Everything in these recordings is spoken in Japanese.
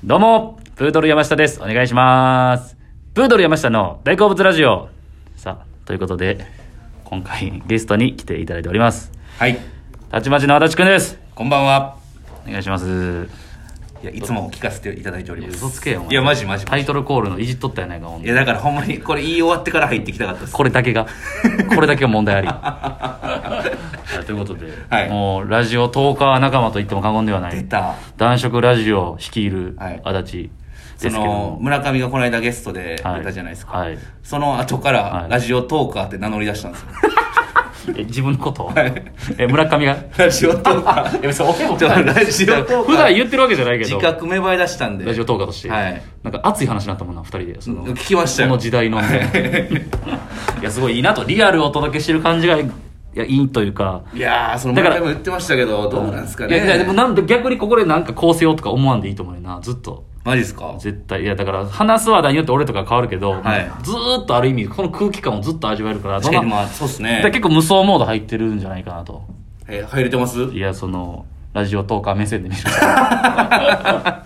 どうも、プードル山下です。お願いします。プードル山下の大好物ラジオ。さあ、ということで、今回ゲストに来ていただいております。 はい。 たちまちの足立くんです。 こんばんは。 お願いします。 いや、いつも聞かせていただいております。 嘘つけよ、お前。 いや、マジ。 タイトルコールのいじっとったやないか、ほんいや、だからほんまに、これ言い終わってから入ってきたかったです。 これだけが問題あり。ということで、 はい、 もう、ラジオトーカー仲間と言っても過言ではない。 出た。 男色ラジオ率いる足立ですけど、 村上がこの間ゲストで出たじゃないですか。 はい。 その後から、ラジオトーカーって名乗り出したんですよ。 自分のこと、村上がラジオトーカー。 別に俺もラジオトーカー。 普段言ってるわけじゃないけど。 自覚芽生え出したんで。 ラジオトーカーとして。 はい。 なんか熱い話になったもんな、二人で。 聞きましたよ。 この時代の。いや、すごいいいなと。リアルをお届けしてる感じが、いや、いいというか。 いやー、その前も言ってましたけど、どうなんですかね。 いや、でもなんで逆にここでなんかこうせようとか思わんでいいと思うよな、ずっと。 マジですか？ 絶対。いや、だから、話す話題によって俺とか変わるけど、 はい、 ずーっとある意味、この空気感をずっと味わえるから、 確かにまあ、そうっすね。 結構無双モード入ってるんじゃないかなと。 入れてます？ いや、ラジオトーカー目線で見る。はい。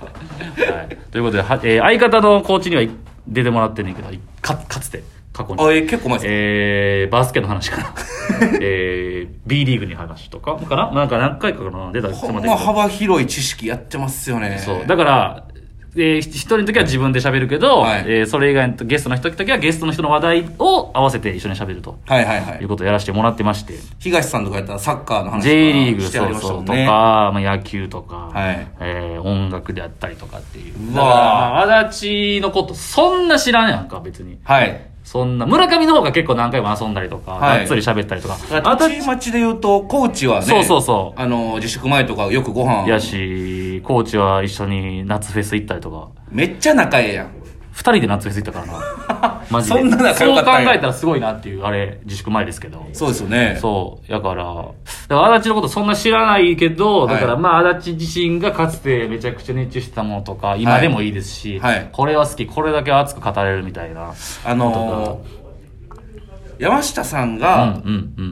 ということで、相方のコーチには出てもらってんねんけど、かつて、過去に。 結構前ですか。バスケの話かな。B リーグに話とかかな、なんか何回かな出たほんま幅広い知識やってますよね。 そう。だから、一人の時は自分で喋るけど、はい、それ以外のゲストの時はゲストの人の話題を合わせて一緒に喋ると。 はいはいはい。 いうことをやらせてもらってまして。 東さんとかやったらサッカーの話とか J リーグ、 してありましたもんね。 そうとか、まあ、野球とか、 はい、 音楽であったりとかっていう。 うわ足立のことそんな知らんやんか、別に。 はい。 そんな、村上の方が結構何回も遊んだりとか、がっつり喋ったりとか。 たちまちで言うと、コーチはね、 そう。 自粛前とかよくご飯。 やし、コーチは一緒に夏フェス行ったりとか。 めっちゃ仲ええやん。 二人で夏フェス行ったからな。マジで。 そんな仲良かったんや。 そう考えたらすごいなっていう、あれ、自粛前ですけど。 そうですよね。 そう。だから足立のことそんな知らないけど、だからまあ、足立自身がかつてめちゃくちゃ熱中してたものとか、今でもいいですし、 はい、 これは好き、これだけ熱く語れるみたいな。 山下さんが、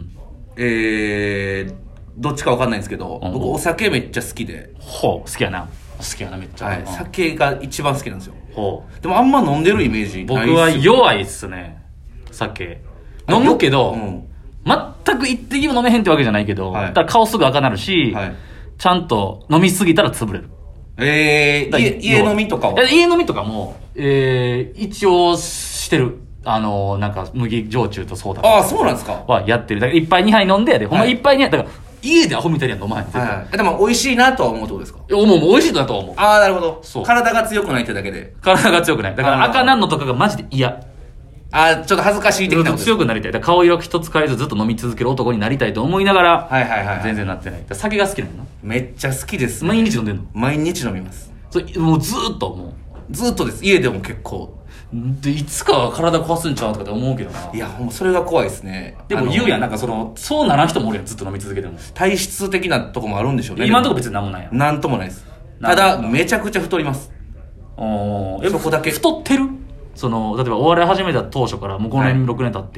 うんどっちかわかんないんですけど、僕お酒めっちゃ好きで。 好きやなめっちゃ。 はい、酒が一番好きなんですよ。でもあんま飲んでるイメージないっすよ。 僕は弱いっすね、酒。飲むけど、全く一滴も飲めへんってわけじゃないけど、だから顔すぐ赤なるし、ちゃんと飲みすぎたら潰れる。 家飲みとかは？ 家飲みとかも、一応してる。なんか麦焼酎とソーダ。 ああ、そうなんですか？ はやってる。だから一杯二杯飲んで、ほんま一杯二杯、だから家でアホみたいには飲まへん。 でも美味しいなとは思うってことですか？ 思う、美味しいとだと思う。 ああ、なるほど。 そう。 体が強くないってだけで。 体が強くない。だから赤なんのとかがマジで嫌。 ああ、ちょっと恥ずかしい的なことです。 強くなりたい。だから顔色一つ変えずずっと飲み続ける男になりたいと思いながら、全然なってない。酒が好きなのな。 めっちゃ好きです。 毎日飲んでんの？ 毎日飲みます。 もうずーっともう。ずーっとです。家でも結構。 で、いつかは体壊すんちゃうとかって思うけどな。 いや、それが怖いですね。 でも言うやん、なんかそうならん人もおるやん、ずっと飲み続けても。 体質的なとこもあるんでしょうね。 今のとこ別になんもないやん。 なんともないです。ただ、めちゃくちゃ太ります。 そこだけ。太ってる？例えばお笑い始めた当初からもう5年、6年経って。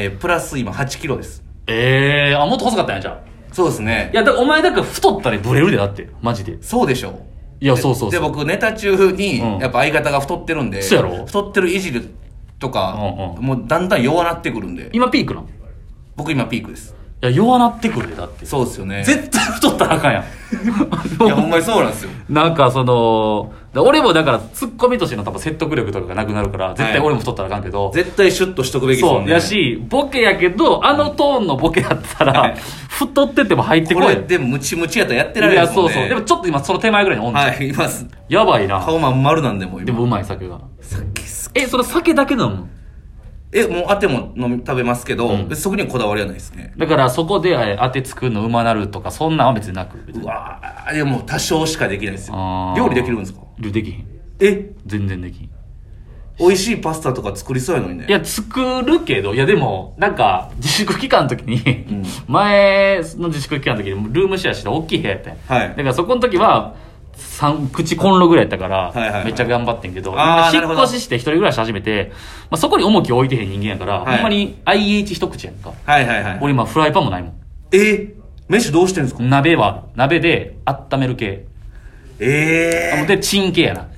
プラス今8キロです。 もっと細かったんや、じゃあ。そうですね。 いや、お前だから太ったらブレるで、だって。マジで。 そうでしょ。 いや、そう。 で、僕ネタ中に、やっぱ相方が太ってるんで。 そうやろ？ 太ってるいじるとか、もうだんだん弱なってくるんで。 今ピークなの？ 僕今ピークです。 いや、弱なってくるで、だって。 そうですよね。 絶対太ったらあかんやん。 いや、ほんまにそうなんですよ。 なんか俺もだからツッコミとしての多分説得力とかがなくなるから、絶対俺も太ったらあかんけど。 絶対シュッとしとくべきですもんね。 そう。やし、ボケやけど、トーンのボケやったら、太ってても入ってこい。 これでもムチムチやったらやってられるもんね。 いや、そう。でもちょっと今その手前ぐらいに温度。 はい、います。 やばいな。 顔まん丸なんでもう今。 でもうまい酒が。 酒好き。 酒だけ飲む？ もうあても食べますけど、そこにはこだわりはないですね。 だからそこであて作るのうまなるとか、そんなんは別になく。 うわぁ、でも多少しかできないですよ。料理できるんですか？ できひん。全然できひん。 美味しいパスタとか作りそうやのにね。 いや、作るけど、いやでも、なんか、自粛期間の時に、前の自粛期間の時にルームシェアして大きい部屋やったんや。 はい。 だからそこの時は、3口コンロぐらいやったから、めっちゃ頑張ってんけど、引っ越しして一人暮らし始めて、まあ、そこに重きを置いてへん人間やから、ほんまに IH 一口やんか。俺今フライパンもないもん。 飯どうしてんすか？ 鍋は、鍋で温める系。で、チン系やな。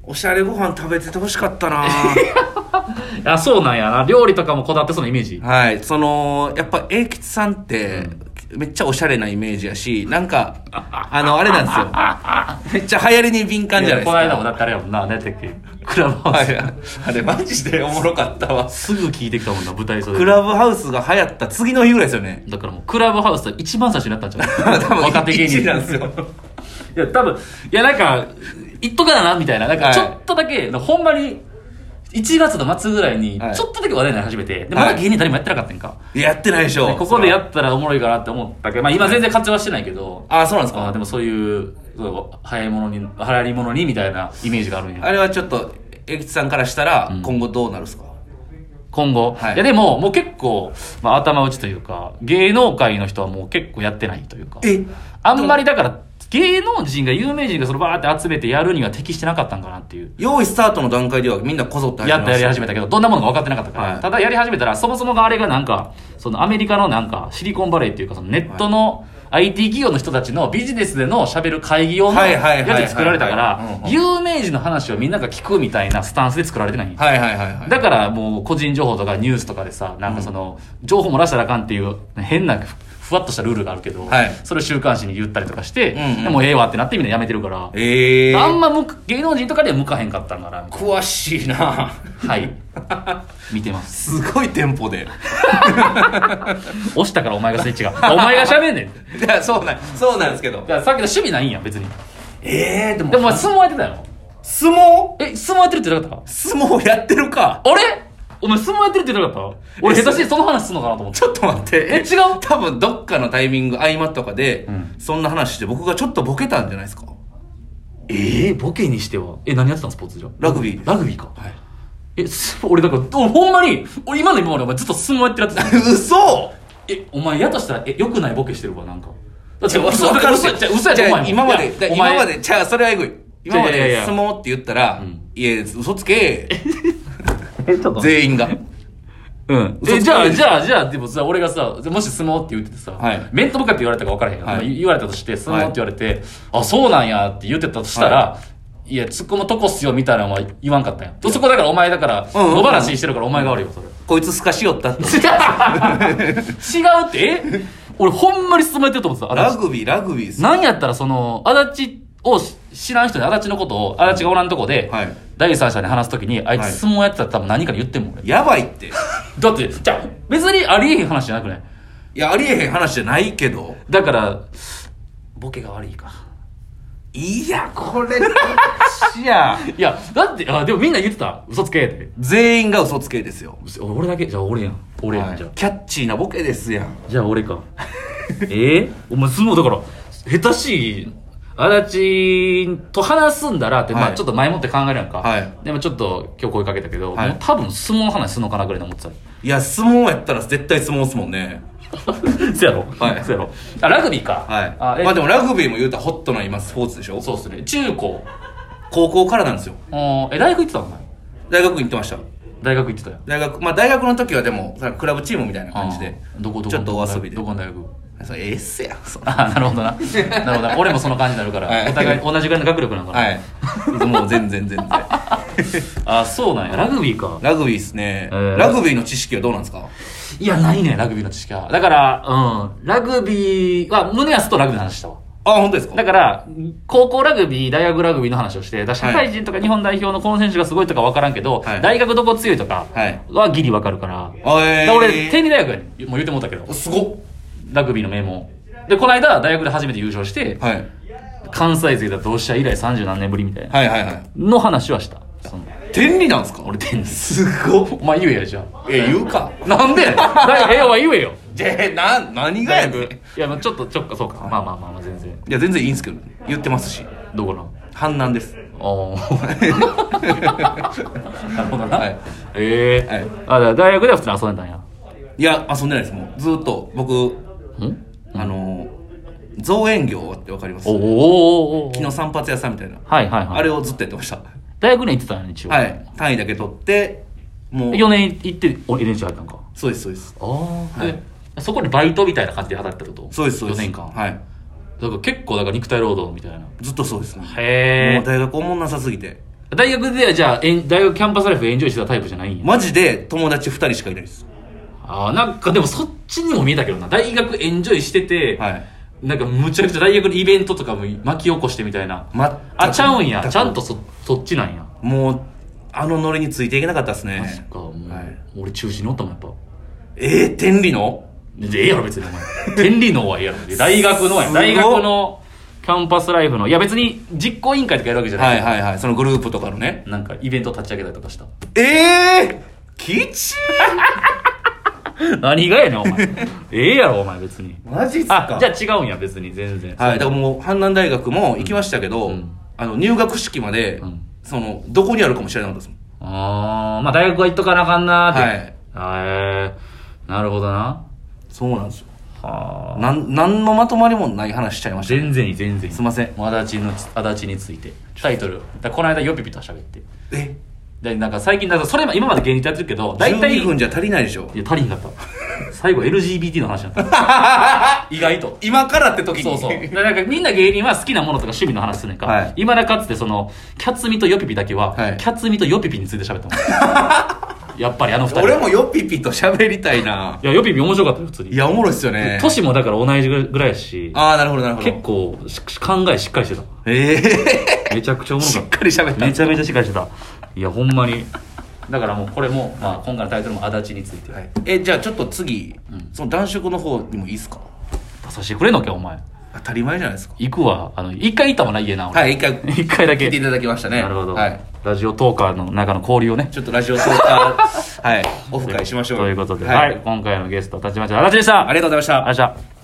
おしゃれご飯食べててほしかったな。 いや、そうなんやな。料理とかもこだわってそうなイメージ。 はい。やっぱ英吉さんって、めっちゃおしゃれなイメージやし、なんか、あれなんですよ。めっちゃ流行りに敏感じゃないですか。 この間もだってあれやもんな、何やったっけ、クラブハウス。あれマジでおもろかったわ。 すぐ聞いてきたもんな、舞台袖。 クラブハウスが流行った次の日ぐらいですよね。 だからもう、クラブハウスが一番最初になったんちゃう多分若手芸人なんですよ。 いや、多分、いや、なんか、言っとかだな、みたいな。なんか、ちょっとだけ、ほんまに、1月の末ぐらいに、ちょっとだけ話題になり始めて、で、まだ芸人誰もやってなかったんか。 やってないでしょ。 ここでやったらおもろいかなって思ったけど、まあ今全然活用はしてないけど。 あ、そうなんですか。 でもそういう、流行り物にみたいなイメージがあるんや。 あれはちょっと、江口さんからしたら、今後どうなるんですか？ 今後、いやでも、もう結構、まあ頭打ちというか、芸能界の人はもう結構やってないというか。あんまりだから、芸能人が有名人がそのバーって集めてやるには適してなかったんかなっていう。 用意スタートの段階ではみんなこぞってやり始めたけど、どんなものか分かってなかったから、ただやり始めたら、そもそもがあれがなんか、そのアメリカのなんか、シリコンバレーっていうか、そのネットの IT 企業の人たちのビジネスでの喋る会議用のやつ作られたから、有名人の話をみんなが聞くみたいなスタンスで作られてない。だからもう個人情報とかニュースとかでさ、なんかその、情報漏らしたらあかんっていう変な、ふわっとしたルールがあるけど、それを週刊誌に言ったりとかして、でもええわってなってみんなやめてるから、あんま芸能人とかでは向かへんかったんかな。 詳しいな。 はい。見てます。 すごいテンポで。 押したからお前がスイッチが。お前が喋んねん。 いや、そうなんですけど。 いや、さっきの趣味ないんや、別に。 でも。 でも相撲やってたよ。 相撲？ 相撲やってるって言ってなかった？ 相撲やってるか。 あれ？お前相撲やってるって言ってなかった？俺下手してその話すんのかなと思って。 ちょっと待って。 違う？ 多分どっかのタイミング、合間とかで、そんな話して僕がちょっとボケたんじゃないですか？ ボケにしては。何やってたのスポーツじゃ？ ラグビー。 ラグビーか。はい。俺だから、ほんまに、俺今の今までお前ずっと相撲やってるやつ。 嘘！ お前やとしたら、良くないボケしてるわ、なんか。 だって嘘やで、お前。今まで、それはエグい。今まで相撲って言ったら、いや、嘘つけ。全員が。 じゃあ、でもさ、俺がさ、もし相撲って言っててさ、面と向かって言われたか分からへんよ。言われたとして、相撲って言われて、あ、そうなんやって言ってたとしたら、いや、突っ込むとこっすよみたいなのは言わんかったんや。そこだからお前だから、野放ししてるからお前が悪いよ、それ。 こいつすかしよったって。 違うって、俺ほんまに相撲やってると思ってた。 ラグビーっす。 なんやったらその、足立を知らん人に足立のことを、足立がおらんとこで、第三者に話すときに、あいつ相撲やってたら多分何かに言ってんもん、俺。 やばいって。 だって、じゃあ、別にありえへん話じゃなくない？ いや、ありえへん話じゃないけど。 だから、ボケが悪いか。 いや、これ、いや、 だって、でもみんな言ってた。嘘つけって。 全員が嘘つけですよ。 俺だけ？じゃあ俺やん。俺やん、じゃあ。 キャッチーなボケですやん。 じゃあ俺か。お前相撲だから、下手しい、足立と話すんだらって、まあちょっと前もって考えるやんか。でもちょっと今日声かけたけど、もう多分相撲の話すんのかなぐらいに思ってた。 いや、相撲やったら絶対相撲っすもんね。 そうやろ？そうやろ。ラグビーか。 まあでもラグビーも言うたらホットな今スポーツでしょ？ そうっすね。中高。 高校からなんですよ。 大学行ってたの？ 大学行ってました。 大学行ってたよ。 大学の時はでも、クラブチームみたいな感じで。ちょっとお遊びで。 どこの大学？ それっすや。 なるほどな。なるほど。俺もその感じになるから、お互い同じぐらいの学力なのかな。 もう全然。 そうなんや。ラグビーか。 ラグビーっすね。ラグビーの知識はどうなんですか？ いや、ないね、ラグビーの知識は。だから、ラグビーは、宗安とラグビーの話したわ。 あ、本当ですか？ だから、高校ラグビー、大学ラグビーの話をして、社会人とか日本代表のこの選手がすごいとか分からんけど、大学どこ強いとかはギリ分かるから。俺、天理大学やねん。もう言ってもったけど。 すごっ。 ラグビーの名門。で、この間、大学で初めて優勝して、関西勢だと同志社以来30何年ぶりみたいな。の話はした。 天理なんすか？ 俺天理。 すごっ。 お前言えや、じゃあ。 言うか。 なんで？お前言えよ。 何がやねん。 いや、ちょっと、そうか。まあ、全然。 いや、全然いいんすけど、言ってますし。 どこの？ 阪南です。 なるほどな。大学では普通に遊んでたんや。 いや、遊んでないです。もう、ずっと、僕、造園業ってわかります？木の散髪屋さんみたいな。あれをずっとやってました。 大学に行ってたんやね、一応。 単位だけ取って、 もう。4年行って、NHK 入ったんか。 そうです。 そこでバイトみたいな感じで働いてたこと？ そうです。 4年間。だから結構、肉体労働みたいな。 ずっとそうですね。 へー。 もう大学おもんなさすぎて。 大学ではじゃあ、大学キャンパスライフエンジョイしてたタイプじゃないんや。 マジで友達2人しかいないです。 なんかでもそっちにも見えたけどな。大学エンジョイしてて、はい、なんかむちゃくちゃ大学のイベントとかも巻き起こしてみたいな。ちゃうんや。ちゃんとそっちなんや。 もう、ノリについていけなかったっすね。 マジか、もう、はい、俺中止におったもん、やっぱ。 天理のやろ、別にお前。天理のはやろ。大学のや。大学のキャンパスライフの。いや別に実行委員会とかやるわけじゃない。 はいはいはい。そのグループとかのね。 なんかイベント立ち上げたりとかした。 きち何がやねん、お前。やろ、お前、別に。 マジっすか。 じゃあ違うんや、別に、全然。 はい、だからもう、阪南大学も行きましたけど、入学式まで、どこにあるかも知らなかったですもん。 まあ、大学は行っとかなあかんなーって。はい。なるほどな。 そうなんですよ。なんのまとまりもない話しちゃいました。 全然いい、全然いい。 すいません。 足立について。タイトル。この間、ヨピピと喋って。なんか最近それ今まで芸人やってるけど大体12分じゃ足りないでしょ。 いや足りんかった最後 LGBT の話だった意外と今からって時にそうなんかみんな芸人は好きなものとか趣味の話するねんか、はい、今だかつてキャツミとヨピピだけは、はい、キャツミとヨピピについて喋ったもんやっぱり2人俺もヨピピと喋りたいな。 いやヨピピ面白かったよ普通に。 いやおもろいっすよね。 年もだから同じぐらいやし。 なるほどなるほど。 結構考えしっかりしてた。めちゃくちゃおもろかった。 しっかり喋った。 めちゃめちゃしっかりしてた。いやほんまにだからもうこれも、まあ、今回のタイトルも足立について、 はい、じゃあちょっと次、その男色の方にもいいっすか。 出させてくれんのかお前。 当たり前じゃないですか。 行くわ。一回行ったもんな家な。 はい、一回だけ聞いていただきましたね。 なるほど、 はい、 ラジオトーカーの中の交流をね、 ちょっとラジオトーカーはいオフ会しましょうということで、はい、今回のゲスト立ちまち足立でした。 ありがとうございました。 ありがとうございました。